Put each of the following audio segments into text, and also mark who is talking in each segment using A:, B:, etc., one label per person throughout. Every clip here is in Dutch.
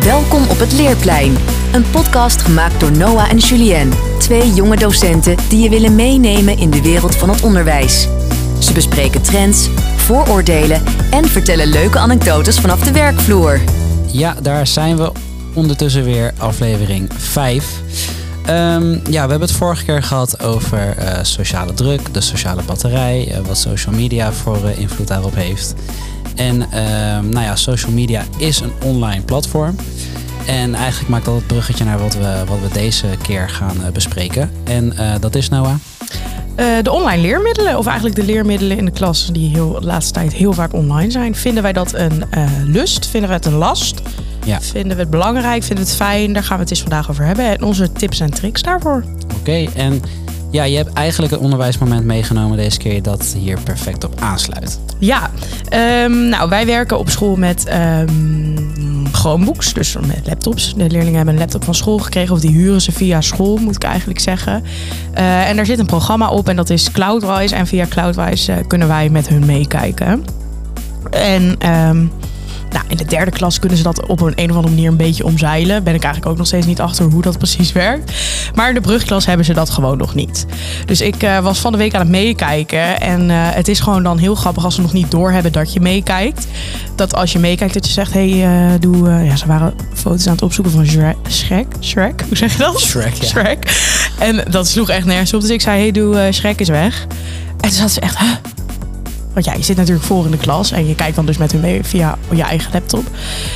A: Welkom op het Leerplein. Een podcast gemaakt door Noah en Julien. 2 jonge docenten die je willen meenemen in de wereld van het onderwijs. Ze bespreken trends, vooroordelen en vertellen leuke anekdotes vanaf de werkvloer.
B: Ja, daar zijn we ondertussen weer, aflevering 5. We hebben het vorige keer gehad over sociale druk, de sociale batterij, wat social media voor invloed daarop heeft. En social media is een online platform. En eigenlijk maakt dat het bruggetje naar wat we deze keer gaan bespreken. En dat is, Noah?
C: De online leermiddelen, of eigenlijk de leermiddelen in de klas die de laatste tijd heel vaak online zijn. Vinden wij dat een lust? Vinden we het een last?
B: Ja.
C: Vinden we het belangrijk? Vinden we het fijn? Daar gaan we het eens vandaag over hebben. En onze tips en tricks daarvoor.
B: Oké, en ja, je hebt eigenlijk een onderwijsmoment meegenomen deze keer dat hier perfect op aansluit.
C: Ja, wij werken op school met Chromebooks, dus met laptops. De leerlingen hebben een laptop van school gekregen, of die huren ze via school, moet ik eigenlijk zeggen. En daar zit een programma op en dat is Cloudwise. En via Cloudwise kunnen wij met hun meekijken. En in de 3e klas kunnen ze dat op een of andere manier een beetje omzeilen. Ben ik eigenlijk ook nog steeds niet achter hoe dat precies werkt. Maar in de brugklas hebben ze dat gewoon nog niet. Dus ik was van de week aan het meekijken. En het is gewoon dan heel grappig als ze nog niet doorhebben dat je meekijkt. Dat als je meekijkt dat je zegt, ze waren foto's aan het opzoeken van Shrek. Hoe zeg je dat?
B: Shrek, ja.
C: Shrek. En dat sloeg echt nergens op. Dus ik zei, doe Shrek is weg. En toen zat ze echt, Want ja, je zit natuurlijk voor in de klas en je kijkt dan dus met hun mee via je eigen laptop.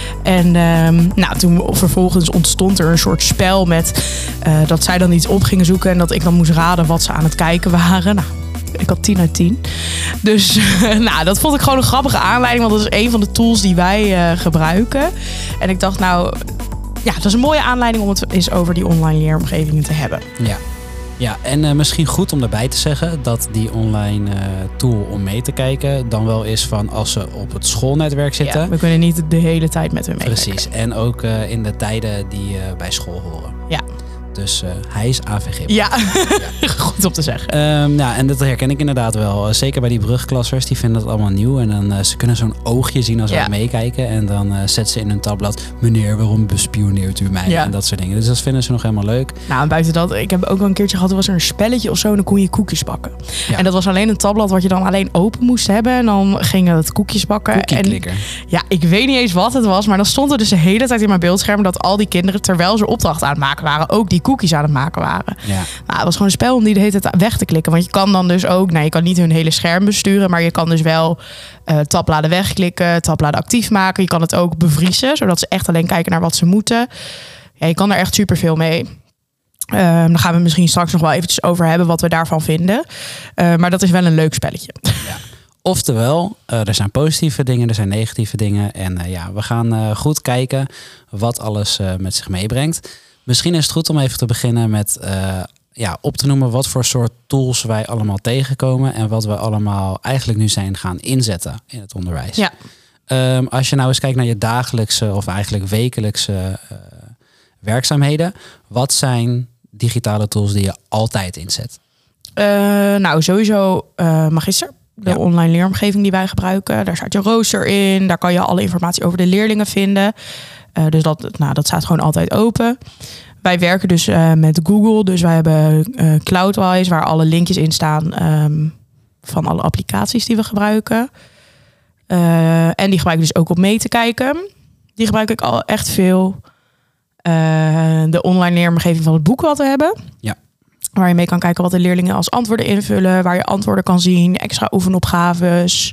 C: En toen vervolgens ontstond er een soort spel met dat zij dan iets op gingen zoeken en dat ik dan moest raden wat ze aan het kijken waren. Nou, ik had 10 uit 10. Dus dat vond ik gewoon een grappige aanleiding, want dat is een van de tools die wij gebruiken. En ik dacht dat is een mooie aanleiding om het eens over die online leeromgevingen te hebben.
B: Ja, en misschien goed om daarbij te zeggen dat die online tool om mee te kijken dan wel is van als ze op het schoolnetwerk zitten.
C: Ja, we kunnen niet de hele tijd met hun meekijken.
B: Precies, en ook in de tijden die bij school horen.
C: Ja.
B: Dus hij is AVG.
C: Ja, goed om te zeggen.
B: En dat herken ik inderdaad wel. Zeker bij die brugklassers, die vinden dat allemaal nieuw. En dan ze kunnen zo'n oogje zien als ze meekijken. En dan zetten ze in hun tabblad, meneer, waarom bespioneert u mij? Ja. En dat soort dingen. Dus dat vinden ze nog helemaal leuk. Nou,
C: en buiten dat, ik heb ook wel een keertje gehad, er was er een spelletje of zo en dan kon je koekjes bakken. Ja. En dat was alleen een tabblad wat je dan alleen open moest hebben. En dan gingen het koekjes bakken.
B: Cookie-klikker.
C: Ja, ik weet niet eens wat het was, maar dan stond er dus de hele tijd in mijn beeldscherm dat al die kinderen, terwijl ze opdracht aan het maken waren, ook die koekjes aan het maken waren. Ja. Het was gewoon een spel om die de hele tijd weg te klikken. Want je kan dan dus ook, je kan niet hun hele scherm besturen, maar je kan dus wel tabbladen wegklikken, tabbladen actief maken. Je kan het ook bevriezen, zodat ze echt alleen kijken naar wat ze moeten. Ja, je kan er echt superveel mee. Daar gaan we misschien straks nog wel eventjes over hebben wat we daarvan vinden. Maar dat is wel een leuk spelletje.
B: Ja. Oftewel, er zijn positieve dingen, er zijn negatieve dingen. En we gaan goed kijken wat alles met zich meebrengt. Misschien is het goed om even te beginnen met op te noemen wat voor soort tools wij allemaal tegenkomen en wat we allemaal eigenlijk nu zijn gaan inzetten in het onderwijs.
C: Ja.
B: Als je nou eens kijkt naar je dagelijkse of eigenlijk wekelijkse werkzaamheden, wat zijn digitale tools die je altijd inzet?
C: Sowieso Magister. De online leeromgeving die wij gebruiken. Daar staat je rooster in. Daar kan je alle informatie over de leerlingen vinden. Dus dat staat gewoon altijd open. Wij werken dus met Google. Dus wij hebben Cloudwise, waar alle linkjes in staan van alle applicaties die we gebruiken. En die gebruik ik dus ook om mee te kijken. Die gebruik ik al echt veel. De online leeromgeving van het boek wat we hebben.
B: Ja.
C: Waar je mee kan kijken wat de leerlingen als antwoorden invullen. Waar je antwoorden kan zien. Extra oefenopgaves.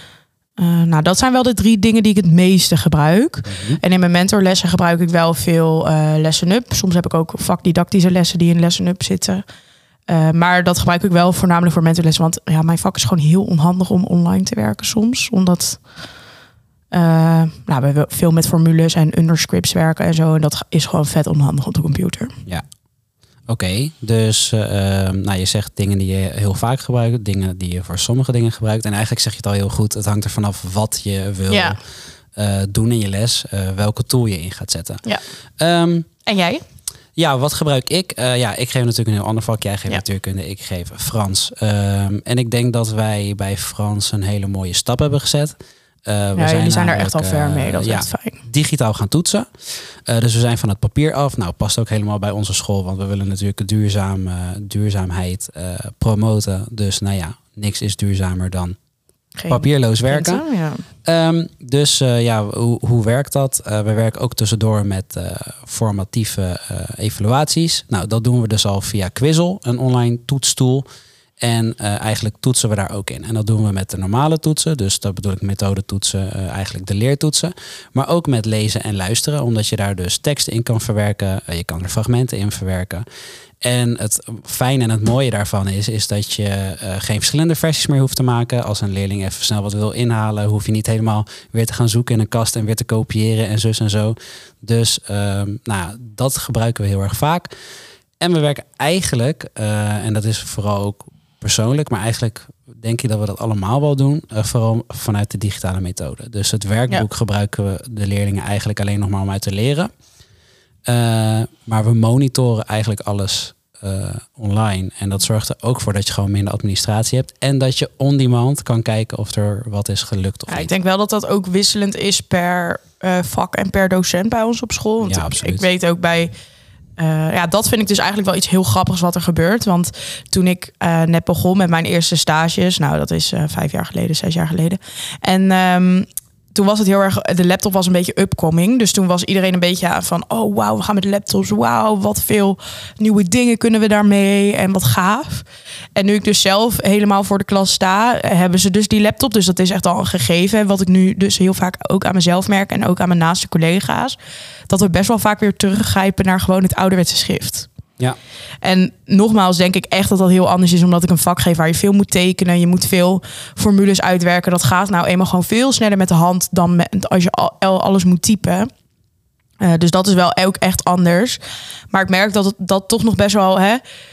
C: Dat zijn wel de 3 dingen die ik het meeste gebruik. Mm-hmm. En in mijn mentorlessen gebruik ik wel veel Lesson Up. Soms heb ik ook vakdidactische lessen die in Lesson Up zitten. Maar dat gebruik ik wel voornamelijk voor mentorlessen. Want mijn vak is gewoon heel onhandig om online te werken soms. Omdat we hebben veel met formules en underscripts werken en zo. En dat is gewoon vet onhandig op de computer.
B: Ja. Oké, dus je zegt dingen die je heel vaak gebruikt, dingen die je voor sommige dingen gebruikt. En eigenlijk zeg je het al heel goed, het hangt er vanaf wat je wil doen in je les, welke tool je in gaat zetten.
C: Ja. En jij?
B: Ja, wat gebruik ik? Ik geef natuurlijk een heel ander vak. Jij geeft natuurkunde, ik geef Frans. En ik denk dat wij bij Frans een hele mooie stap hebben gezet.
C: Jullie zijn er echt al ver mee. Dat is echt fijn.
B: Digitaal gaan toetsen. Dus we zijn van het papier af. Nou, past ook helemaal bij onze school. Want we willen natuurlijk duurzaamheid promoten. Dus nou ja, niks is duurzamer dan papierloos werken. Hoe werkt dat? We werken ook tussendoor met formatieve evaluaties. Nou, dat doen we dus al via Quizle, een online toetstoel. En eigenlijk toetsen we daar ook in. En dat doen we met de normale toetsen. Dus dat bedoel ik methodetoetsen, eigenlijk de leertoetsen. Maar ook met lezen en luisteren. Omdat je daar dus teksten in kan verwerken. Je kan er fragmenten in verwerken. En het fijne en het mooie daarvan is dat je geen verschillende versies meer hoeft te maken. Als een leerling even snel wat wil inhalen, hoef je niet helemaal weer te gaan zoeken in een kast en weer te kopiëren en zus en zo. Dus dat gebruiken we heel erg vaak. En we werken eigenlijk, en dat is vooral ook persoonlijk, maar eigenlijk denk ik dat we dat allemaal wel doen, vooral vanuit de digitale methode. Dus het werkboek gebruiken we de leerlingen eigenlijk alleen nog maar om uit te leren. Maar we monitoren eigenlijk alles online. En dat zorgt er ook voor dat je gewoon minder administratie hebt. En dat je on-demand kan kijken of er wat is gelukt of niet.
C: Ik denk wel dat dat ook wisselend is per vak en per docent bij ons op school. Want
B: absoluut.
C: Ik weet ook bij... dat vind ik dus eigenlijk wel iets heel grappigs wat er gebeurt. Want toen ik net begon met mijn eerste stages... Nou, dat is 5 jaar geleden, 6 jaar geleden. En... toen was het heel erg, de laptop was een beetje upcoming. Dus toen was iedereen een beetje van, oh wauw, we gaan met laptops. Wauw, wat veel nieuwe dingen kunnen we daarmee en wat gaaf. En nu ik dus zelf helemaal voor de klas sta, hebben ze dus die laptop. Dus dat is echt al een gegeven. Wat ik nu dus heel vaak ook aan mezelf merk en ook aan mijn naaste collega's. Dat we best wel vaak weer teruggrijpen naar gewoon het ouderwetse schrift.
B: Ja.
C: En nogmaals denk ik echt dat dat heel anders is, omdat ik een vak geef waar je veel moet tekenen. Je moet veel formules uitwerken. Dat gaat nou eenmaal gewoon veel sneller met de hand dan als je alles moet typen. Dus dat is wel ook echt anders. Maar ik merk dat toch nog best wel...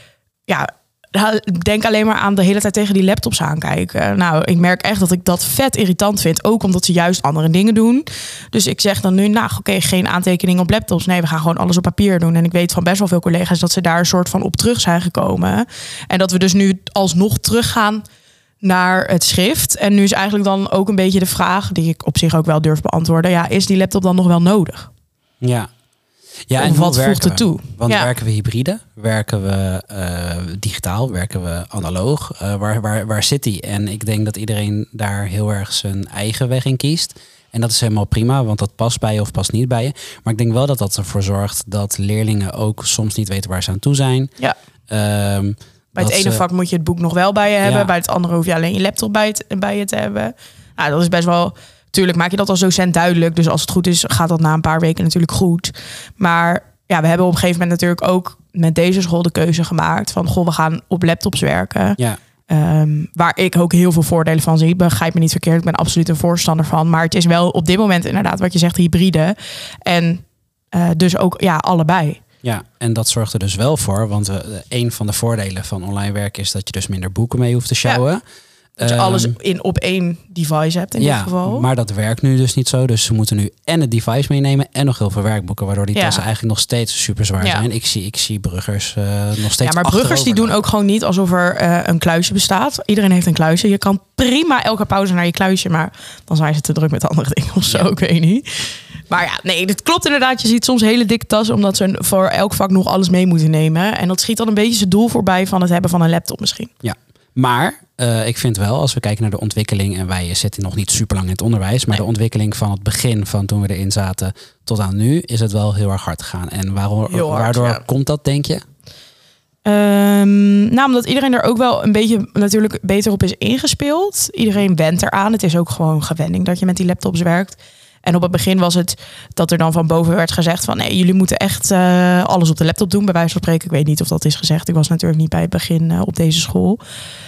C: denk alleen maar aan de hele tijd tegen die laptops aankijken. Nou, ik merk echt dat ik dat vet irritant vind. Ook omdat ze juist andere dingen doen. Dus ik zeg dan nu, geen aantekeningen op laptops. Nee, we gaan gewoon alles op papier doen. En ik weet van best wel veel collega's dat ze daar een soort van op terug zijn gekomen. En dat we dus nu alsnog teruggaan naar het schrift. En nu is eigenlijk dan ook een beetje de vraag, die ik op zich ook wel durf beantwoorden. Ja, is die laptop dan nog wel nodig?
B: Ja. Ja, en
C: wat voegt het toe?
B: Want werken we hybride? Werken we digitaal? Werken we analoog? Waar zit die? En ik denk dat iedereen daar heel erg zijn eigen weg in kiest. En dat is helemaal prima, want dat past bij je of past niet bij je. Maar ik denk wel dat dat ervoor zorgt dat leerlingen ook soms niet weten waar ze aan toe zijn.
C: Ja. Bij het ene vak moet je het boek nog wel bij je hebben. Bij het andere hoef je alleen je laptop bij je te hebben. Nou, dat is best wel... Tuurlijk maak je dat als docent duidelijk. Dus als het goed is, gaat dat na een paar weken natuurlijk goed. Maar ja, we hebben op een gegeven moment natuurlijk ook met deze school de keuze gemaakt van, we gaan op laptops werken. Ja. Waar ik ook heel veel voordelen van zie. Begrijp me niet verkeerd, ik ben absoluut een voorstander van. Maar het is wel op dit moment inderdaad wat je zegt, hybride. En dus ook allebei.
B: Ja, en dat zorgt er dus wel voor. Want een van de voordelen van online werken is dat je dus minder boeken mee hoeft te sjouwen. Ja.
C: Dat je alles op één device hebt in dit geval.
B: Maar dat werkt nu dus niet zo. Dus ze moeten nu en het device meenemen en nog heel veel werkboeken. Waardoor die tassen eigenlijk nog steeds super zwaar zijn. Ik zie bruggers nog steeds.
C: Ja, maar bruggers die doen ook gewoon niet alsof er een kluisje bestaat. Iedereen heeft een kluisje. Je kan prima elke pauze naar je kluisje. Maar dan zijn ze te druk met andere dingen of zo. Ik weet niet. Maar ja, nee, dit klopt inderdaad. Je ziet soms hele dikke tassen, omdat ze voor elk vak nog alles mee moeten nemen. En dat schiet dan een beetje zijn doel voorbij van het hebben van een laptop misschien.
B: Ja, maar ik vind wel, als we kijken naar de ontwikkeling, en wij zitten nog niet super lang in het onderwijs, maar de ontwikkeling van het begin van toen we erin zaten tot aan nu, is het wel heel erg hard gegaan. En waardoor komt dat, denk je?
C: Omdat iedereen er ook wel een beetje natuurlijk beter op is ingespeeld. Iedereen went eraan. Het is ook gewoon gewenning dat je met die laptops werkt. En op het begin was het dat er dan van boven werd gezegd van, nee, jullie moeten echt alles op de laptop doen, bij wijze van spreken. Ik weet niet of dat is gezegd. Ik was natuurlijk niet bij het begin op deze school.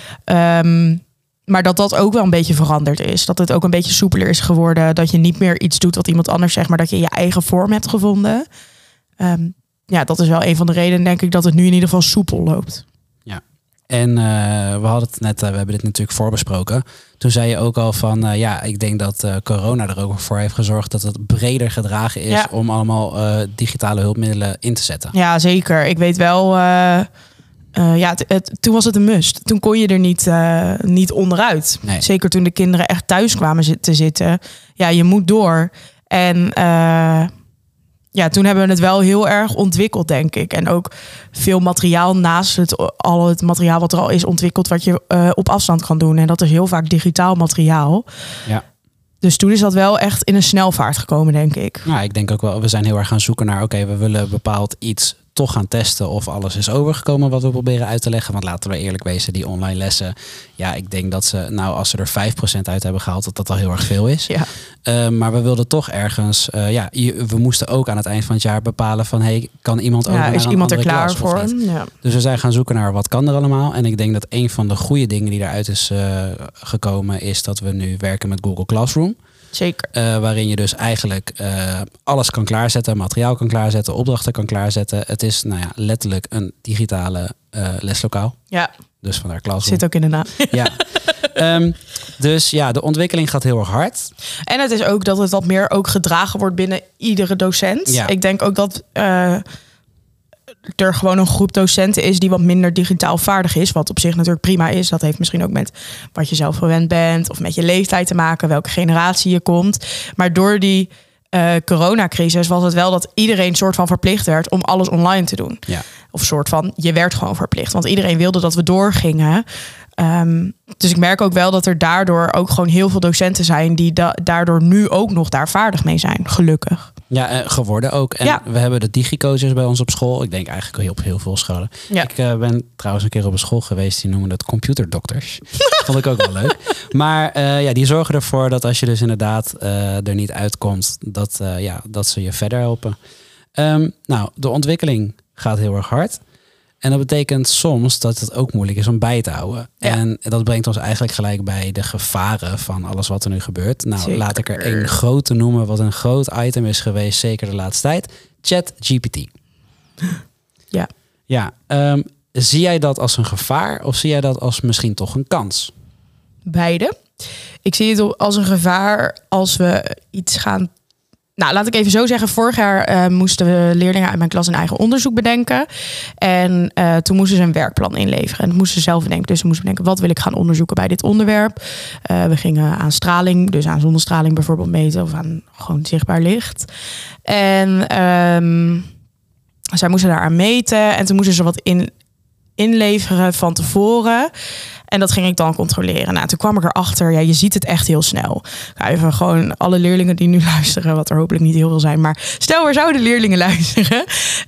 C: Maar dat ook wel een beetje veranderd is. Dat het ook een beetje soepeler is geworden. Dat je niet meer iets doet wat iemand anders zegt, maar dat je je eigen vorm hebt gevonden. Dat is wel een van de redenen, denk ik, dat het nu in ieder geval soepel loopt.
B: Ja. En we hadden het net, we hebben dit natuurlijk voorbesproken. Toen zei je ook al van, ik denk dat corona er ook voor heeft gezorgd dat het breder gedragen is om allemaal digitale hulpmiddelen in te zetten.
C: Ja, zeker. Ik weet wel Toen was het een must. Toen kon je er niet onderuit.
B: Nee.
C: Zeker toen de kinderen echt thuis kwamen te zitten. Ja, je moet door. En toen hebben we het wel heel erg ontwikkeld, denk ik. En ook veel materiaal naast het materiaal wat er al is ontwikkeld, wat je op afstand kan doen. En dat is heel vaak digitaal materiaal.
B: Ja.
C: Dus toen is dat wel echt in een snelvaart gekomen, denk ik.
B: Nou, ik denk ook wel, we zijn heel erg gaan zoeken naar, we willen bepaald iets toch gaan testen of alles is overgekomen wat we proberen uit te leggen. Want laten we eerlijk wezen, die online lessen, ja, ik denk dat ze, nou, als ze er 5% uit hebben gehaald, dat al heel erg veel is.
C: Ja.
B: Maar we wilden toch ergens, we moesten ook aan het eind van het jaar bepalen van, kan iemand over naar
C: is
B: een
C: iemand er
B: andere
C: klaar
B: klas of
C: voor?
B: niet?
C: Ja.
B: Dus we zijn gaan zoeken naar wat kan er allemaal. En ik denk dat een van de goede dingen die eruit is gekomen is dat we nu werken met Google Classroom.
C: Zeker.
B: Waarin je dus eigenlijk alles kan klaarzetten, materiaal kan klaarzetten, opdrachten kan klaarzetten. Het is letterlijk een digitale leslokaal.
C: Ja.
B: Dus vandaar Classroom.
C: Zit ook in de naam.
B: Ja. Dus ja, de ontwikkeling gaat heel erg hard.
C: En het is ook dat het wat meer ook gedragen wordt binnen iedere docent.
B: Ja.
C: Ik denk ook dat er gewoon een groep docenten is die wat minder digitaal vaardig is. Wat op zich natuurlijk prima is. Dat heeft misschien ook met wat je zelf gewend bent of met je leeftijd te maken, welke generatie je komt. Maar door die coronacrisis was het wel dat iedereen soort van verplicht werd om alles online te doen.
B: Ja.
C: Of soort van, je werd gewoon verplicht. Want iedereen wilde dat we doorgingen. Dus ik merk ook wel dat er daardoor ook gewoon heel veel docenten zijn die daardoor nu ook nog daar vaardig mee zijn. Gelukkig.
B: Ja, geworden ook. En we hebben de digicoaches bij ons op school. Ik denk eigenlijk op heel veel scholen. Ja. Ik ben trouwens een keer op een school geweest, die noemen het computerdokters. Vond ik ook wel leuk. Maar die zorgen ervoor dat als je dus inderdaad er niet uitkomt, dat ze je verder helpen. De ontwikkeling gaat heel erg hard. En dat betekent soms dat het ook moeilijk is om bij te houden. Ja. En dat brengt ons eigenlijk gelijk bij de gevaren van alles wat er nu gebeurt. Nou, zeker. Laat ik er één grote noemen, wat een groot item is geweest, zeker de laatste tijd. ChatGPT.
C: Ja.
B: Ja. Zie jij dat als een gevaar of zie jij dat als misschien toch een kans?
C: Beide. Ik zie het als een gevaar als we iets gaan. Nou, laat ik even zo zeggen. Vorig jaar moesten we leerlingen uit mijn klas een eigen onderzoek bedenken. En toen moesten ze een werkplan inleveren. En dat moesten ze zelf bedenken. Dus ze moesten bedenken, wat wil ik gaan onderzoeken bij dit onderwerp? We gingen aan straling, dus aan zonnestraling bijvoorbeeld meten. Of aan gewoon zichtbaar licht. En zij moesten daaraan meten. En toen moesten ze wat inleveren van tevoren. En dat ging ik dan controleren. Nou, toen kwam ik erachter, je ziet het echt heel snel. Even gewoon alle leerlingen die nu luisteren, wat er hopelijk niet heel veel zijn. Maar stel, er zouden leerlingen luisteren.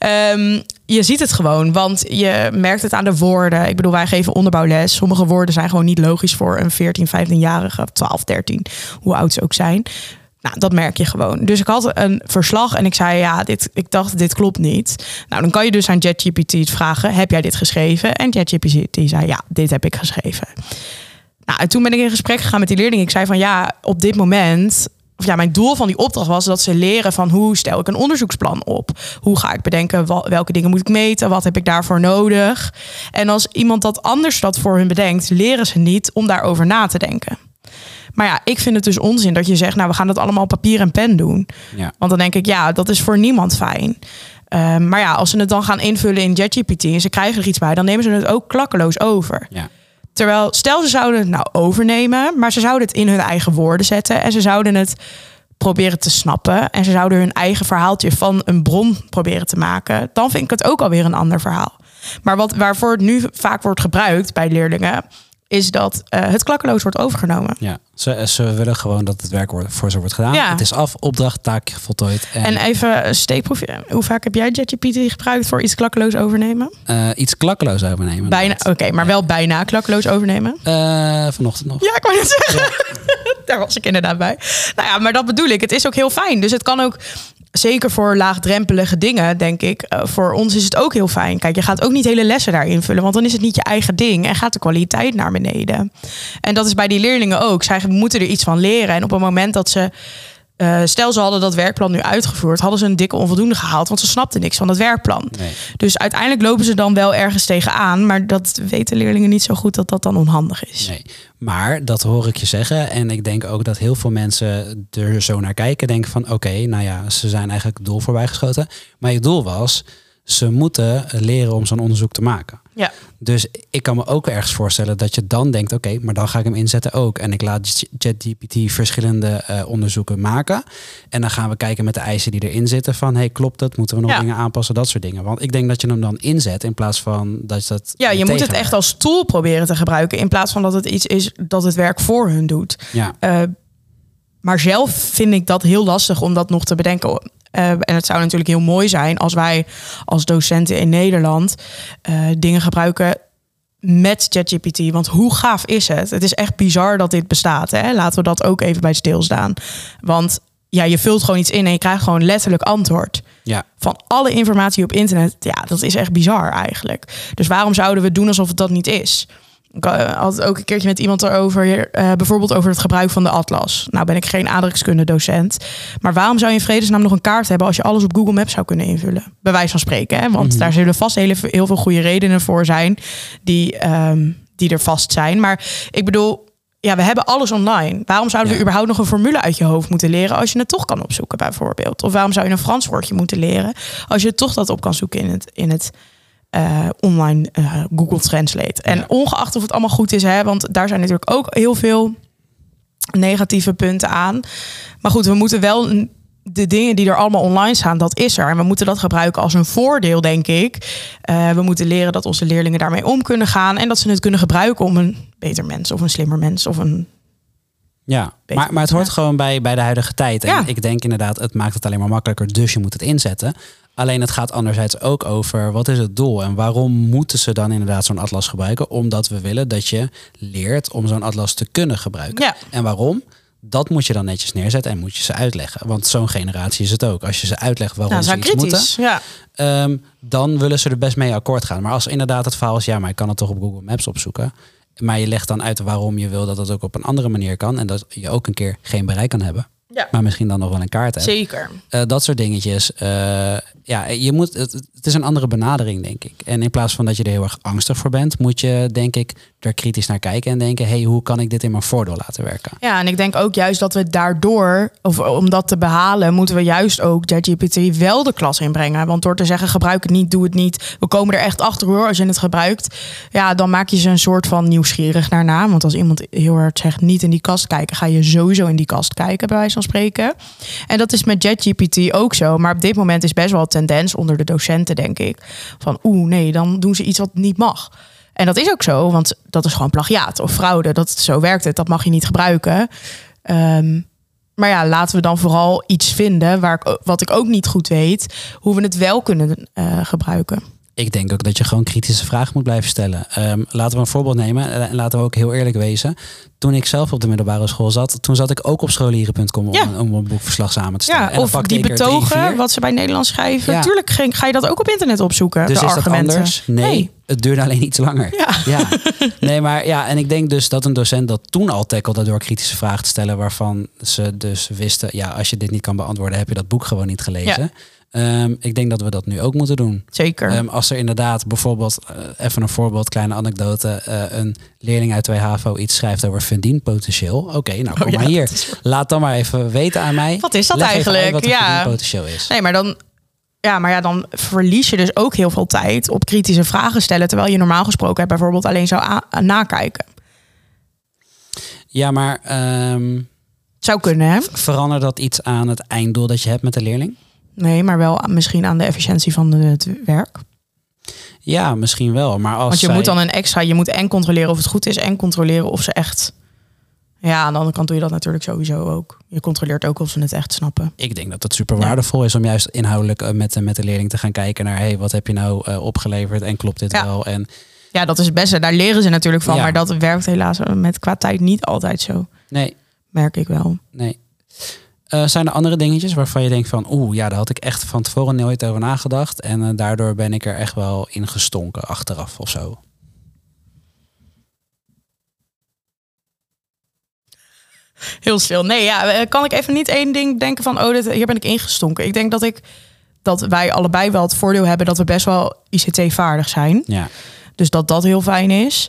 C: Je ziet het gewoon, want je merkt het aan de woorden. Ik bedoel, wij geven onderbouwles. Sommige woorden zijn gewoon niet logisch voor een 14, 15-jarige, 12, 13, hoe oud ze ook zijn. Nou, dat merk je gewoon. Dus ik had een verslag en ik zei, ik dacht, dit klopt niet. Nou, dan kan je dus aan ChatGPT vragen, heb jij dit geschreven? En ChatGPT zei, ja, dit heb ik geschreven. Nou, en toen ben ik in gesprek gegaan met die leerlingen. Ik zei van, op dit moment, mijn doel van die opdracht was dat ze leren van hoe stel ik een onderzoeksplan op? Hoe ga ik bedenken, welke dingen moet ik meten? Wat heb ik daarvoor nodig? En als iemand dat anders voor hun bedenkt, leren ze niet om daarover na te denken. Maar ik vind het dus onzin dat je zegt, we gaan dat allemaal op papier en pen doen. Ja. Want dan denk ik, dat is voor niemand fijn. Maar als ze het dan gaan invullen in ChatGPT en ze krijgen er iets bij, dan nemen ze het ook klakkeloos over. Ja. Terwijl, stel ze zouden het overnemen, maar ze zouden het in hun eigen woorden zetten en ze zouden het proberen te snappen en ze zouden hun eigen verhaaltje van een bron proberen te maken, dan vind ik het ook alweer een ander verhaal. Maar waarvoor het nu vaak wordt gebruikt bij leerlingen, is dat het klakkeloos wordt overgenomen. Ja,
B: ze willen gewoon dat het werk voor ze wordt gedaan. Ja. Het is af, opdracht, taak voltooid.
C: En even een steekproefje. Hoe vaak heb jij ChatGPT gebruikt voor iets klakkeloos overnemen?
B: Iets klakkeloos overnemen.
C: Bijna, oké, maar wel bijna klakkeloos overnemen?
B: Vanochtend nog.
C: Ja, ik wou net zeggen. Ja. Daar was ik inderdaad bij. Nou ja, maar dat bedoel ik. Het is ook heel fijn. Dus het kan ook, zeker voor laagdrempelige dingen, denk ik, voor ons is het ook heel fijn. Kijk, je gaat ook niet hele lessen daar invullen, want dan is het niet je eigen ding en gaat de kwaliteit naar beneden. En dat is bij die leerlingen ook. Zij moeten er iets van leren. En op het moment dat ze, stel ze hadden dat werkplan nu uitgevoerd, hadden ze een dikke onvoldoende gehaald, want ze snapten niks van het werkplan. Nee. Dus uiteindelijk lopen ze dan wel ergens tegenaan, maar dat weten leerlingen niet zo goed dat dat dan onhandig is.
B: Nee. Maar dat hoor ik je zeggen. En ik denk ook dat heel veel mensen er zo naar kijken. Denken van oké, ze zijn eigenlijk het doel voorbij geschoten. Maar je doel was ze moeten leren om zo'n onderzoek te maken.
C: Ja.
B: Dus ik kan me ook ergens voorstellen dat je dan denkt, oké, maar dan ga ik hem inzetten ook. En ik laat ChatGPT verschillende onderzoeken maken. En dan gaan we kijken met de eisen die erin zitten van, hey, klopt het? Moeten we nog dingen aanpassen? Dat soort dingen. Want ik denk dat je hem dan inzet in plaats van dat je dat...
C: Ja, je moet het echt als tool proberen te gebruiken in plaats van dat het iets is dat het werk voor hun doet.
B: Ja.
C: Maar zelf vind ik dat heel lastig om dat nog te bedenken. En het zou natuurlijk heel mooi zijn als wij als docenten in Nederland dingen gebruiken met ChatGPT. Want hoe gaaf is het? Het is echt bizar dat dit bestaat. Hè? Laten we dat ook even bij stilstaan. Want ja, je vult gewoon iets in en je krijgt gewoon letterlijk antwoord.
B: Ja.
C: Van alle informatie op internet. Ja, dat is echt bizar eigenlijk. Dus waarom zouden we doen alsof het dat niet is? Ik had het ook een keertje met iemand erover, bijvoorbeeld over het gebruik van de atlas. Nou ben ik geen aardrijkskunde docent. Maar waarom zou je in vredesnaam nog een kaart hebben als je alles op Google Maps zou kunnen invullen? Bij wijze van spreken. Hè? Want daar zullen vast heel veel goede redenen voor zijn die er vast zijn. Maar ik bedoel, ja, we hebben alles online. Waarom zouden we überhaupt nog een formule uit je hoofd moeten leren als je het toch kan opzoeken bijvoorbeeld? Of waarom zou je een Frans woordje moeten leren als je toch dat op kan zoeken in het online Google Translate. En ongeacht of het allemaal goed is, hè, want daar zijn natuurlijk ook heel veel negatieve punten aan. Maar goed, we moeten wel de dingen die er allemaal online staan, dat is er. En we moeten dat gebruiken als een voordeel, denk ik. We moeten leren dat onze leerlingen daarmee om kunnen gaan en dat ze het kunnen gebruiken om een beter mens of een slimmer mens of een...
B: Ja, maar het hoort gewoon bij de huidige tijd. En ik denk inderdaad, het maakt het alleen maar makkelijker, dus je moet het inzetten. Alleen het gaat anderzijds ook over wat is het doel en waarom moeten ze dan inderdaad zo'n atlas gebruiken? Omdat we willen dat je leert om zo'n atlas te kunnen gebruiken. Ja. En waarom? Dat moet je dan netjes neerzetten en moet je ze uitleggen. Want zo'n generatie is het ook. Als je ze uitlegt waarom ze iets moeten, dan willen ze er best mee akkoord gaan. Maar als inderdaad het verhaal is, ja, maar ik kan het toch op Google Maps opzoeken. Maar je legt dan uit waarom je wil dat het ook op een andere manier kan. En dat je ook een keer geen bereik kan hebben. Ja. Maar misschien dan nog wel een kaart hebt.
C: Zeker.
B: Dat soort dingetjes. Je moet, het is een andere benadering, denk ik. En in plaats van dat je er heel erg angstig voor bent, moet je, denk ik, er kritisch naar kijken en denken, hey, hoe kan ik dit in mijn voordeel laten werken?
C: Ja, en ik denk ook juist dat we daardoor, of om dat te behalen, moeten we juist ook ChatGPT wel de klas inbrengen. Want door te zeggen, gebruik het niet, doe het niet. We komen er echt achter hoor, als je het gebruikt. Ja, dan maak je ze een soort van nieuwsgierig daarna. Want als iemand heel hard zegt, niet in die kast kijken, ga je sowieso in die kast kijken, bij wijze van spreken. En dat is met ChatGPT ook zo. Maar op dit moment is best wel een tendens onder de docenten, denk ik. Van nee, dan doen ze iets wat niet mag. En dat is ook zo, want dat is gewoon plagiaat of fraude. Zo werkt het, dat mag je niet gebruiken. Maar ja, laten we dan vooral iets vinden wat ik ook niet goed weet, hoe we het wel kunnen gebruiken.
B: Ik denk ook dat je gewoon kritische vragen moet blijven stellen. Laten we een voorbeeld nemen en laten we ook heel eerlijk wezen. Toen ik zelf op de middelbare school zat, toen zat ik ook op scholieren.com om een boekverslag samen te stellen.
C: Ja, of die betogen, wat ze bij Nederlands schrijven. Ja. Tuurlijk ga je dat ook op internet opzoeken.
B: Dus
C: de
B: is
C: argumenten.
B: Dat anders? Nee, het duurde alleen iets langer. Ja. Nee, maar en ik denk dus dat een docent dat toen al tackelde door kritische vragen te stellen, waarvan ze dus wisten, als je dit niet kan beantwoorden, heb je dat boek gewoon niet gelezen. Ja. Ik denk dat we dat nu ook moeten doen.
C: Zeker.
B: Als er inderdaad bijvoorbeeld, even een voorbeeld, kleine anekdote, een leerling uit 2 HAVO iets schrijft over verdienpotentieel. Oké, nou kom maar hier. Laat dan maar even weten aan mij.
C: Wat is dat eigenlijk?
B: Wat verdienpotentieel is.
C: Nee, maar dan verlies je dus ook heel veel tijd op kritische vragen stellen, terwijl je normaal gesproken hebt bijvoorbeeld alleen zou nakijken.
B: Ja, maar
C: zou kunnen, hè?
B: Verandert dat iets aan het einddoel dat je hebt met de leerling?
C: Nee, maar wel misschien aan de efficiëntie van het werk.
B: Ja, misschien wel. Maar als
C: want je moet dan je moet en controleren of het goed is en controleren of ze echt... Ja, aan de andere kant doe je dat natuurlijk sowieso ook. Je controleert ook of ze het echt snappen.
B: Ik denk dat het super waardevol is om juist inhoudelijk met de leerling te gaan kijken naar, hey, wat heb je nou opgeleverd en klopt dit wel? En
C: ja, dat is het beste. Daar leren ze natuurlijk van. Ja. Maar dat werkt helaas qua tijd niet altijd zo.
B: Nee.
C: Merk ik wel.
B: Nee. Zijn er andere dingetjes waarvan je denkt van, daar had ik echt van tevoren nooit over nagedacht. En daardoor ben ik er echt wel in gestonken achteraf of zo?
C: Heel stil. Nee, kan ik even niet één ding denken van, hier ben ik ingestonken. Ik denk dat wij allebei wel het voordeel hebben dat we best wel ICT-vaardig zijn.
B: Ja.
C: Dus dat heel fijn is.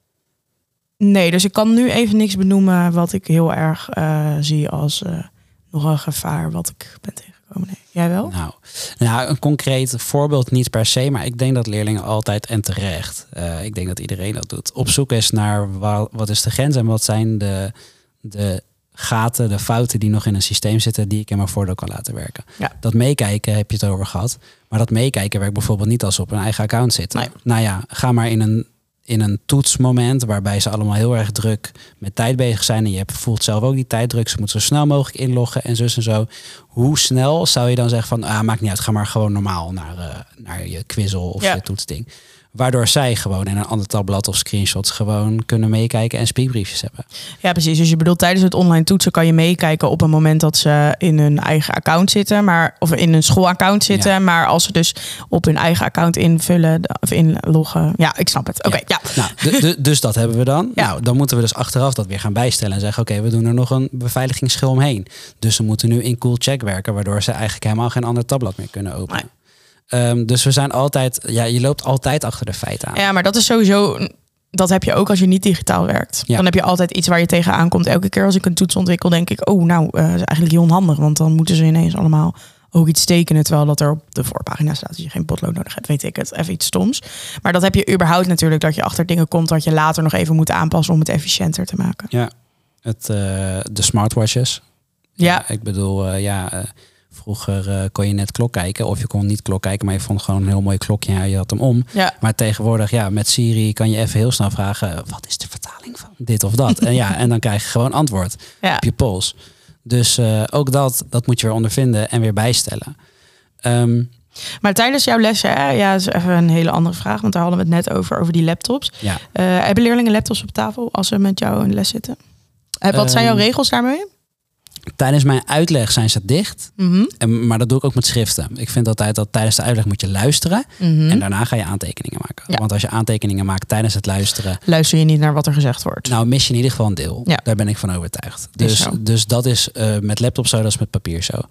C: Nee, dus ik kan nu even niks benoemen wat ik heel erg zie als nog een gevaar wat ik ben tegengekomen? Nee. Jij wel?
B: Nou, een concreet voorbeeld niet per se, maar ik denk dat leerlingen altijd en terecht, ik denk dat iedereen dat doet, op zoek is naar wat is de grens en wat zijn de gaten, de fouten die nog in een systeem zitten die ik in mijn voordeel kan laten werken. Ja. Dat meekijken heb je het over gehad, maar dat meekijken werkt bijvoorbeeld niet als ze op een eigen account zitten. Nee. Nou ja, ga maar in een toetsmoment waarbij ze allemaal heel erg druk met tijd bezig zijn en je voelt zelf ook die tijddruk. Ze moeten zo snel mogelijk inloggen en zus en zo. Hoe snel zou je dan zeggen van, maakt niet uit, ga maar gewoon normaal naar je quizzel of je toetsding. Waardoor zij gewoon in een ander tabblad of screenshots gewoon kunnen meekijken en speakbriefjes hebben.
C: Ja, precies. Dus je bedoelt tijdens het online toetsen kan je meekijken op een moment dat ze in hun eigen account zitten, of in een schoolaccount zitten. Ja. Maar als ze dus op hun eigen account invullen of inloggen. Ja, ik snap het. Oké.
B: Nou, dus dat hebben we dan. Ja. Nou, dan moeten we dus achteraf dat weer gaan bijstellen en zeggen, oké, we doen er nog een beveiligingsschil omheen. Dus ze moeten nu in cool check werken, waardoor ze eigenlijk helemaal geen ander tabblad meer kunnen openen. Nee. Dus we zijn altijd, je loopt altijd achter de feiten aan.
C: Ja, maar dat is sowieso, dat heb je ook als je niet digitaal werkt. Ja. Dan heb je altijd iets waar je tegenaan komt. Elke keer als ik een toets ontwikkel, denk ik, dat is eigenlijk heel onhandig. Want dan moeten ze ineens allemaal ook iets tekenen, terwijl dat er op de voorpagina staat. Dus je geen potlood nodig hebt, weet ik het. Even iets stoms. Maar dat heb je überhaupt natuurlijk, dat je achter dingen komt wat je later nog even moet aanpassen om het efficiënter te maken.
B: Ja, de smartwatches. Ja. Ik bedoel, vroeger kon je net klok kijken of je kon niet klok kijken, maar je vond gewoon een heel mooi klokje en je had hem om. Ja. Maar tegenwoordig, met Siri kan je even heel snel vragen, wat is de vertaling van dit of dat? En dan krijg je gewoon antwoord op je pols. Dus ook dat moet je weer ondervinden en weer bijstellen.
C: Maar tijdens jouw lessen, dat is even een hele andere vraag, want daar hadden we het net over die laptops. Ja. Hebben leerlingen laptops op tafel als ze met jou in de les zitten? Wat zijn jouw regels daarmee?
B: Tijdens mijn uitleg zijn ze dicht. Mm-hmm. Maar dat doe ik ook met schriften. Ik vind altijd dat tijdens de uitleg moet je luisteren. Mm-hmm. En daarna ga je aantekeningen maken. Ja. Want als je aantekeningen maakt tijdens het luisteren,
C: luister je niet naar wat er gezegd wordt.
B: Nou, mis je in ieder geval een deel. Ja. Daar ben ik van overtuigd. Dus dat is met laptop zo, dat is met papier zo.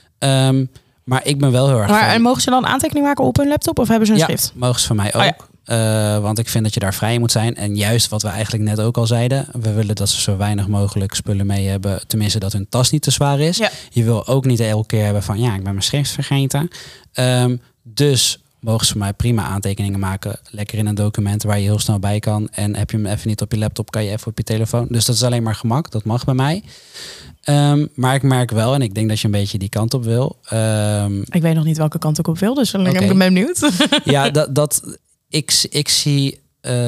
B: Maar ik ben wel heel erg...
C: En mogen ze dan aantekeningen maken op hun laptop of hebben ze een schrift?
B: Mogen ze van mij ook. Oh, ja. Want ik vind dat je daar vrij in moet zijn. En juist wat we eigenlijk net ook al zeiden. We willen dat ze zo weinig mogelijk spullen mee hebben. Tenminste dat hun tas niet te zwaar is. Ja. Je wil ook niet elke keer hebben van, ik ben mijn schrift vergeten. Dus mogen ze mij prima aantekeningen maken. Lekker in een document waar je heel snel bij kan. En heb je hem even niet op je laptop, kan je even op je telefoon. Dus dat is alleen maar gemak. Dat mag bij mij. Maar ik merk wel, en ik denk dat je een beetje die kant op wil.
C: Ik weet nog niet welke kant ik op wil. Dus ik ben benieuwd.
B: Ja, Ik zie...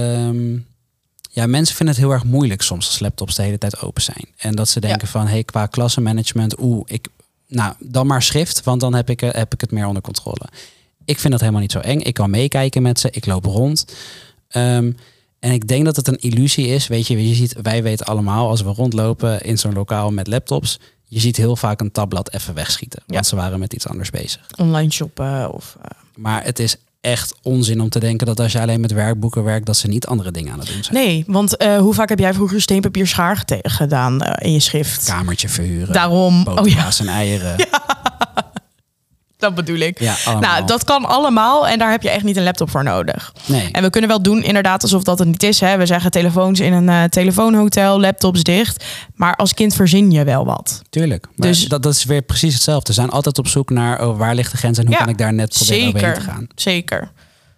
B: mensen vinden het heel erg moeilijk soms als laptops de hele tijd open zijn. En dat ze denken van, qua klassenmanagement, dan maar schrift, want dan heb ik het meer onder controle. Ik vind dat helemaal niet zo eng. Ik kan meekijken met ze, ik loop rond. En ik denk dat het een illusie is. Weet je ziet, wij weten allemaal, als we rondlopen in zo'n lokaal met laptops, je ziet heel vaak een tabblad even wegschieten. Want ze waren met iets anders bezig.
C: Online shoppen of...
B: Maar het is echt onzin om te denken dat als je alleen met werkboeken werkt, dat ze niet andere dingen aan het doen zijn.
C: Nee, want hoe vaak heb jij vroeger steenpapier schaar gedaan in je schrift?
B: Kamertje verhuren.
C: Daarom.
B: Boterhaas en eieren.
C: Ja. Dat bedoel ik. Ja, nou, dat kan allemaal en daar heb je echt niet een laptop voor nodig. Nee. En we kunnen wel doen inderdaad alsof dat het niet is. Hè. We zeggen telefoons in een telefoonhotel, laptops dicht. Maar als kind verzin je wel wat.
B: Tuurlijk. Maar dus dat is weer precies hetzelfde. We zijn altijd op zoek naar waar ligt de grens en hoe kan ik daar net proberen overheen te gaan.
C: Zeker.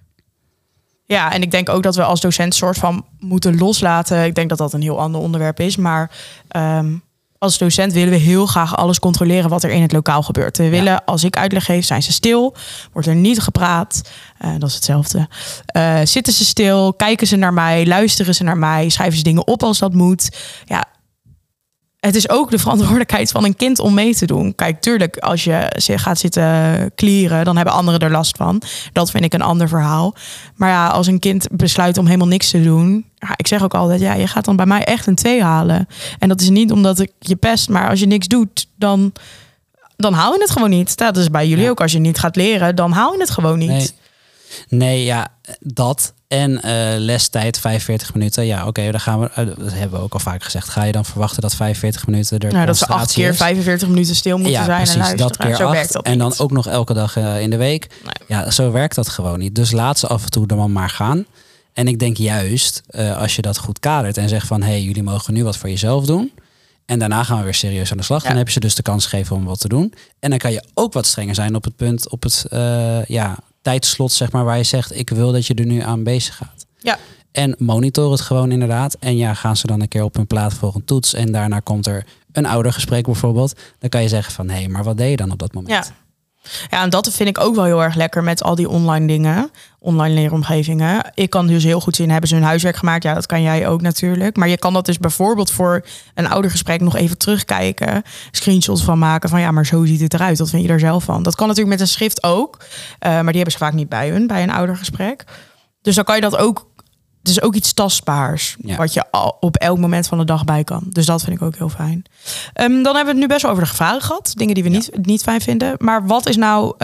C: Ja, en ik denk ook dat we als docent soort van moeten loslaten. Ik denk dat dat een heel ander onderwerp is. Maar als docent willen we heel graag alles controleren wat er in het lokaal gebeurt. We willen, als ik uitleg geef, zijn ze stil. Wordt er niet gepraat. Dat is hetzelfde. Zitten ze stil? Kijken ze naar mij? Luisteren ze naar mij? Schrijven ze dingen op als dat moet? Ja, het is ook de verantwoordelijkheid van een kind om mee te doen. Kijk, tuurlijk, als je gaat zitten klieren, dan hebben anderen er last van. Dat vind ik een ander verhaal. Maar ja, als een kind besluit om helemaal niks te doen, ik zeg ook altijd, je gaat dan bij mij echt een 2 halen. En dat is niet omdat ik je pest, maar als je niks doet, dan haal je het gewoon niet. Dat is bij jullie ook. Als je niet gaat leren, dan haal je het gewoon niet.
B: Nee, ja, dat. En lestijd 45 minuten. Ja, oké, dan gaan we. Dat hebben we ook al vaak gezegd. Ga je dan verwachten dat 45 minuten er
C: dat ze 8 keer 45 minuten stil moeten zijn
B: precies,
C: en luisteren.
B: Dat keer
C: zo
B: 8,
C: werkt dat
B: en
C: niet.
B: dan ook nog elke dag in de week. Nee. Ja, zo werkt dat gewoon niet. Dus laat ze af en toe dan maar gaan. En ik denk juist, als je dat goed kadert en zegt van, jullie mogen nu wat voor jezelf doen. En daarna gaan we weer serieus aan de slag.
C: Ja.
B: Dan heb je ze dus de kans gegeven om wat te doen. En dan kan je ook wat strenger zijn op het punt, op het tijdslot, zeg maar, waar je zegt, ik wil dat je er nu aan bezig gaat.
C: Ja.
B: En monitor het gewoon inderdaad. En gaan ze dan een keer op hun plaat voor een toets. En daarna komt er een oudergesprek bijvoorbeeld. Dan kan je zeggen van, hé, maar wat deed je dan op dat moment?
C: Ja, en dat vind ik ook wel heel erg lekker met al die online dingen. Online leeromgevingen. Ik kan dus heel goed zien, hebben ze hun huiswerk gemaakt? Ja, dat kan jij ook natuurlijk. Maar je kan dat dus bijvoorbeeld voor een oudergesprek nog even terugkijken. Screenshots van maken van, ja, maar zo ziet het eruit. Wat vind je er zelf van? Dat kan natuurlijk met een schrift ook. Maar die hebben ze vaak niet bij een oudergesprek. Dus dan kan je dat ook. Het is ook iets tastbaars, wat je op elk moment van de dag bij kan. Dus dat vind ik ook heel fijn. Dan hebben we het nu best wel over de gevaren gehad. Dingen die we niet fijn vinden. Maar wat is nou,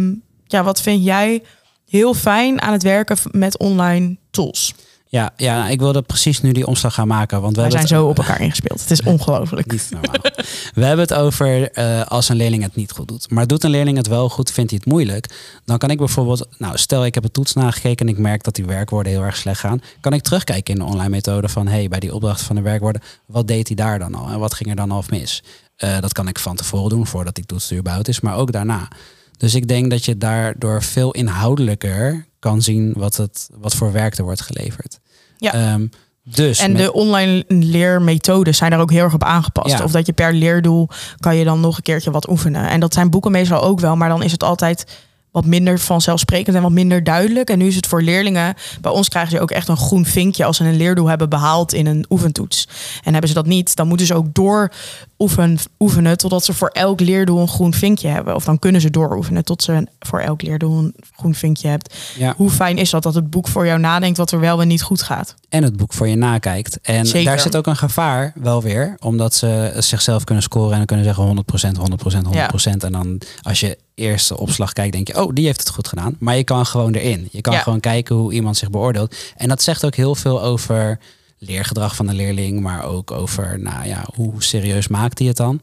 C: wat vind jij heel fijn aan het werken met online tools?
B: Ja, ik wilde precies nu die omslag gaan maken. Want
C: wij zijn zo op elkaar ingespeeld. Het is ongelooflijk.
B: Niet normaal. We hebben het over als een leerling het niet goed doet. Maar doet een leerling het wel goed, vindt hij het moeilijk? Dan kan ik bijvoorbeeld, stel ik heb een toets nagekeken en ik merk dat die werkwoorden heel erg slecht gaan. Kan ik terugkijken in de online methode van, bij die opdracht van de werkwoorden, wat deed hij daar dan al? En wat ging er dan al mis? Dat kan ik van tevoren doen, voordat die toets er überhaupt is, maar ook daarna. Dus ik denk dat je daardoor veel inhoudelijker kan zien wat voor werk er wordt geleverd.
C: Ja.
B: Dus
C: de online leermethodes zijn daar ook heel erg op aangepast.
B: Ja.
C: Of dat je per leerdoel kan je dan nog een keertje wat oefenen. En dat zijn boeken meestal ook wel, maar dan is het altijd wat minder vanzelfsprekend en wat minder duidelijk. En nu is het voor leerlingen, bij ons krijgen ze ook echt een groen vinkje als ze een leerdoel hebben behaald in een oefentoets. En hebben ze dat niet, dan moeten ze ook door oefenen totdat ze voor elk leerdoel een groen vinkje hebben. Of dan kunnen ze dooroefenen tot ze voor elk leerdoel een groen vinkje hebt.
B: Ja.
C: Hoe fijn is dat het boek voor jou nadenkt wat er wel en niet goed gaat?
B: En het boek voor je nakijkt. En
C: Zeker.
B: Daar zit ook een gevaar wel weer. Omdat ze zichzelf kunnen scoren en dan kunnen zeggen 100%. En dan als je eerste opslag kijkt, denk je, die heeft het goed gedaan. Maar je kan gewoon erin. Je kan gewoon kijken hoe iemand zich beoordeelt. En dat zegt ook heel veel over leergedrag van de leerling, maar ook over, hoe serieus maakt hij het dan?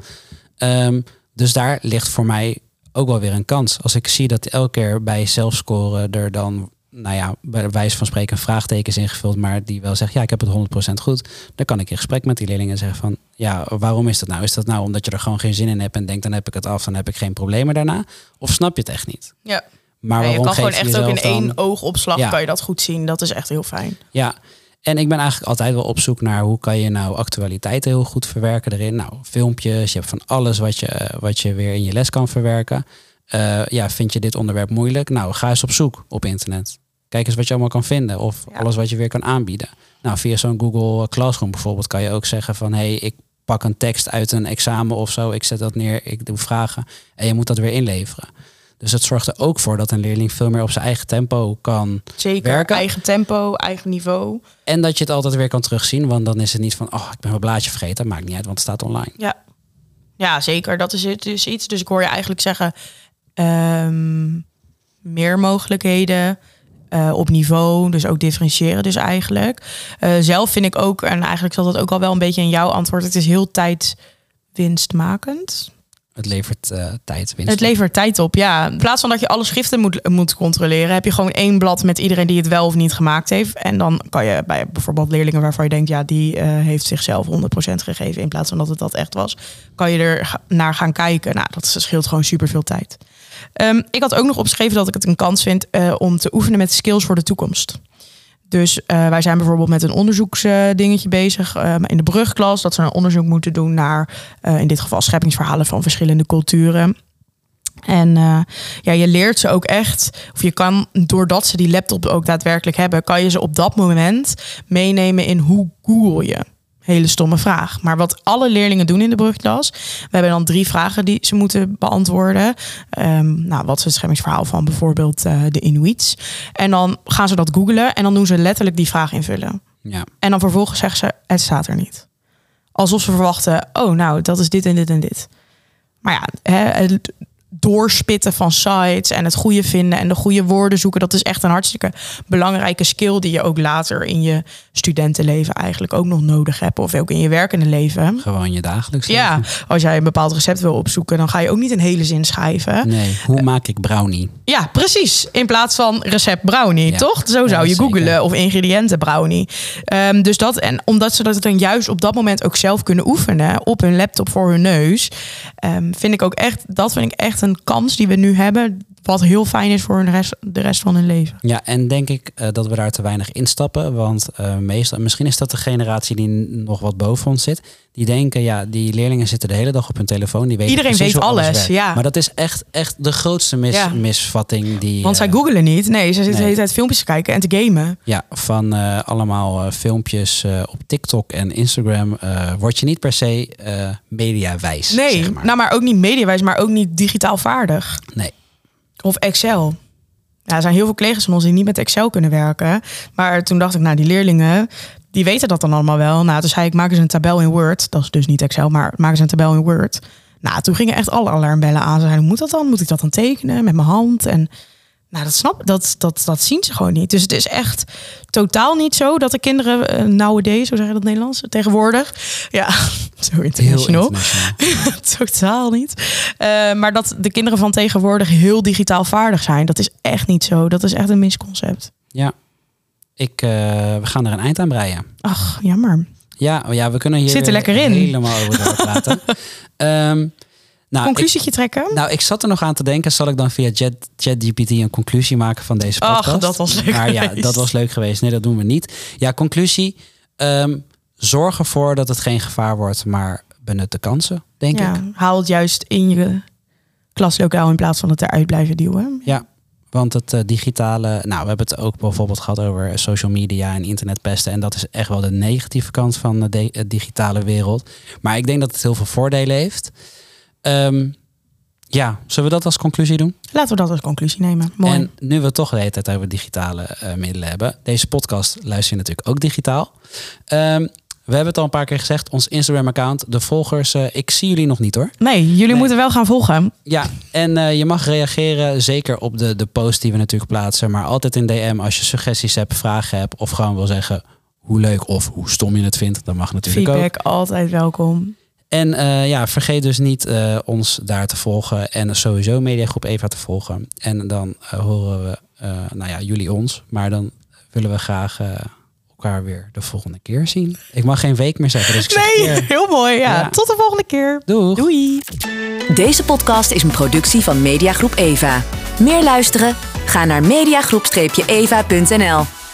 B: Dus daar ligt voor mij ook wel weer een kans. Als ik zie dat elke keer bij zelfscoren er dan, bij wijze van spreken een vraagteken is ingevuld, maar die wel zegt, ik heb het 100% goed. Dan kan ik in gesprek met die leerlingen zeggen van, waarom is dat nou? Is dat nou omdat je er gewoon geen zin in hebt en denkt, dan heb ik het af, dan heb ik geen problemen daarna? Of snap je het echt niet?
C: Ja.
B: Maar
C: je
B: waarom
C: kan
B: geef
C: gewoon echt ook in één oogopslag kan je dat goed zien. Dat is echt heel fijn.
B: Ja. En ik ben eigenlijk altijd wel op zoek naar hoe kan je nou actualiteiten heel goed verwerken erin. Filmpjes, je hebt van alles wat je weer in je les kan verwerken. Vind je dit onderwerp moeilijk? Ga eens op zoek op internet. Kijk eens wat je allemaal kan vinden of alles wat je weer kan aanbieden. Via zo'n Google Classroom bijvoorbeeld kan je ook zeggen van, ik pak een tekst uit een examen of zo. Ik zet dat neer, ik doe vragen en je moet dat weer inleveren. Dus het zorgt er ook voor dat een leerling veel meer op zijn eigen tempo kan werken.
C: Eigen tempo, eigen niveau.
B: En dat je het altijd weer kan terugzien. Want dan is het niet van, ik ben mijn blaadje vergeten. Maakt niet uit, want het staat online.
C: Ja, zeker. Dat is dus iets. Dus ik hoor je eigenlijk zeggen, meer mogelijkheden op niveau. Dus ook differentiëren dus eigenlijk. Zelf vind ik ook, en eigenlijk zat dat ook al wel een beetje in jouw antwoord, het is heel tijdwinstmakend.
B: Het levert tijd winst.
C: Het levert tijd op, ja. In plaats van dat je alle schriften moet controleren, heb je gewoon 1 blad met iedereen die het wel of niet gemaakt heeft. En dan kan je bij bijvoorbeeld leerlingen waarvan je denkt, die heeft zichzelf 100% gegeven in plaats van dat het dat echt was, kan je er naar gaan kijken. Dat scheelt gewoon superveel tijd. Ik had ook nog opgeschreven dat ik het een kans vind om te oefenen met skills voor de toekomst. Dus wij zijn bijvoorbeeld met een onderzoeksdingetje bezig in de brugklas. Dat ze een onderzoek moeten doen naar, in dit geval, scheppingsverhalen van verschillende culturen. En je leert ze ook echt, of je kan, doordat ze die laptop ook daadwerkelijk hebben, kan je ze op dat moment meenemen in hoe Google je. Hele stomme vraag. Maar wat alle leerlingen doen in de brugklas, we hebben dan 3 vragen die ze moeten beantwoorden. Wat is het scheppingsverhaal van bijvoorbeeld de Inuits? En dan gaan ze dat googlen en dan doen ze letterlijk die vraag invullen.
B: Ja.
C: En dan vervolgens zeggen ze, het staat er niet. Alsof ze verwachten, dat is dit en dit en dit. Maar doorspitten van sites en het goede vinden en de goede woorden zoeken. Dat is echt een hartstikke belangrijke skill die je ook later in je studentenleven eigenlijk ook nog nodig hebt. Of ook in je werkende leven.
B: Gewoon je dagelijks leven.
C: Ja, als jij een bepaald recept wil opzoeken, dan ga je ook niet een hele zin schrijven.
B: Nee, hoe maak ik brownie?
C: Ja, precies. In plaats van recept brownie,
B: Ja.
C: toch? Zo zou je
B: zeker.
C: googlen of ingrediënten brownie. Dus dat, en omdat ze dat dan juist op dat moment ook zelf kunnen oefenen op hun laptop voor hun neus, vind ik echt een kans die we nu hebben, wat heel fijn is voor de rest van hun leven.
B: Ja, en denk ik dat we daar te weinig instappen. Want misschien is dat de generatie die nog wat boven ons zit. Die denken, ja, die leerlingen zitten de hele dag op hun telefoon. Die weten
C: Iedereen
B: precies
C: weet
B: hoe
C: alles,
B: werkt.
C: ja.
B: Maar dat is echt de grootste misvatting. Die,
C: Want zij googelen niet. Nee, ze zitten de hele tijd filmpjes te kijken en te gamen.
B: Ja, van allemaal filmpjes op TikTok en Instagram word je niet per se mediawijs.
C: Nee,
B: zeg maar.
C: nou, maar ook niet mediawijs, maar ook niet digitaal vaardig.
B: Nee.
C: Of Excel. Ja, er zijn heel veel collega's van ons die niet met Excel kunnen werken. Maar toen dacht ik, nou, die leerlingen, die weten dat dan allemaal wel. Nou, toen zei ik, maak eens een tabel in Word. Dat is dus niet Excel, maar maak eens een tabel in Word. Nou, toen gingen echt alle alarmbellen aan. Ze zeiden, hoe moet dat dan? Moet ik dat dan tekenen met mijn hand? En nou, dat zien ze gewoon niet. Dus het is echt totaal niet zo dat de kinderen nowadays, hoe zeg je dat Nederlands? Tegenwoordig. Ja, zo international.
B: Heel international.
C: Totaal niet. Maar dat de kinderen van tegenwoordig heel digitaal vaardig zijn, dat is echt niet zo. Dat is echt een misconcept.
B: Ja, we gaan er een eind aan breien.
C: Ach, jammer.
B: Ja, we kunnen hier
C: Zit er lekker in.
B: helemaal over doorpraten.
C: Conclusietje trekken?
B: Nou, ik zat er nog aan te denken, zal ik dan via ChatGPT een conclusie maken van deze podcast?
C: Ach, dat was leuk
B: Maar ja,
C: geweest.
B: dat was leuk geweest. Nee, dat doen we niet. Ja, conclusie. Zorg ervoor dat het geen gevaar wordt, maar benut de kansen, denk ik.
C: Haal het juist in je klaslokaal in plaats van het eruit blijven duwen.
B: Ja, want het digitale... Nou, we hebben het ook bijvoorbeeld gehad over social media en internetpesten. En dat is echt wel de negatieve kant van de digitale wereld. Maar ik denk dat het heel veel voordelen heeft. Ja, zullen we dat als conclusie doen?
C: Laten we dat als conclusie nemen. Mooi.
B: En nu we toch de hele tijd over digitale middelen hebben. Deze podcast luister je natuurlijk ook digitaal. We hebben het al een paar keer gezegd. Ons Instagram-account, de volgers. Ik zie jullie nog niet hoor.
C: Nee, jullie moeten wel gaan volgen.
B: Ja, en je mag reageren. Zeker op de post die we natuurlijk plaatsen. Maar altijd in DM als je suggesties hebt, vragen hebt. Of gewoon wil zeggen hoe leuk of hoe stom je het vindt. Dat mag natuurlijk
C: Feedback,
B: ook.
C: altijd welkom.
B: En vergeet dus niet ons daar te volgen. En sowieso Mediagroep Eva te volgen. En dan horen we jullie ons. Maar dan willen we graag elkaar weer de volgende keer zien. Ik mag geen week meer zeggen. Dus ik zeg keer.
C: Heel mooi. Ja.
B: Ja.
C: Tot de volgende keer.
B: Doeg.
C: Doei.
A: Deze podcast is een productie van Mediagroep Eva. Meer luisteren? Ga naar mediagroep-eva.nl.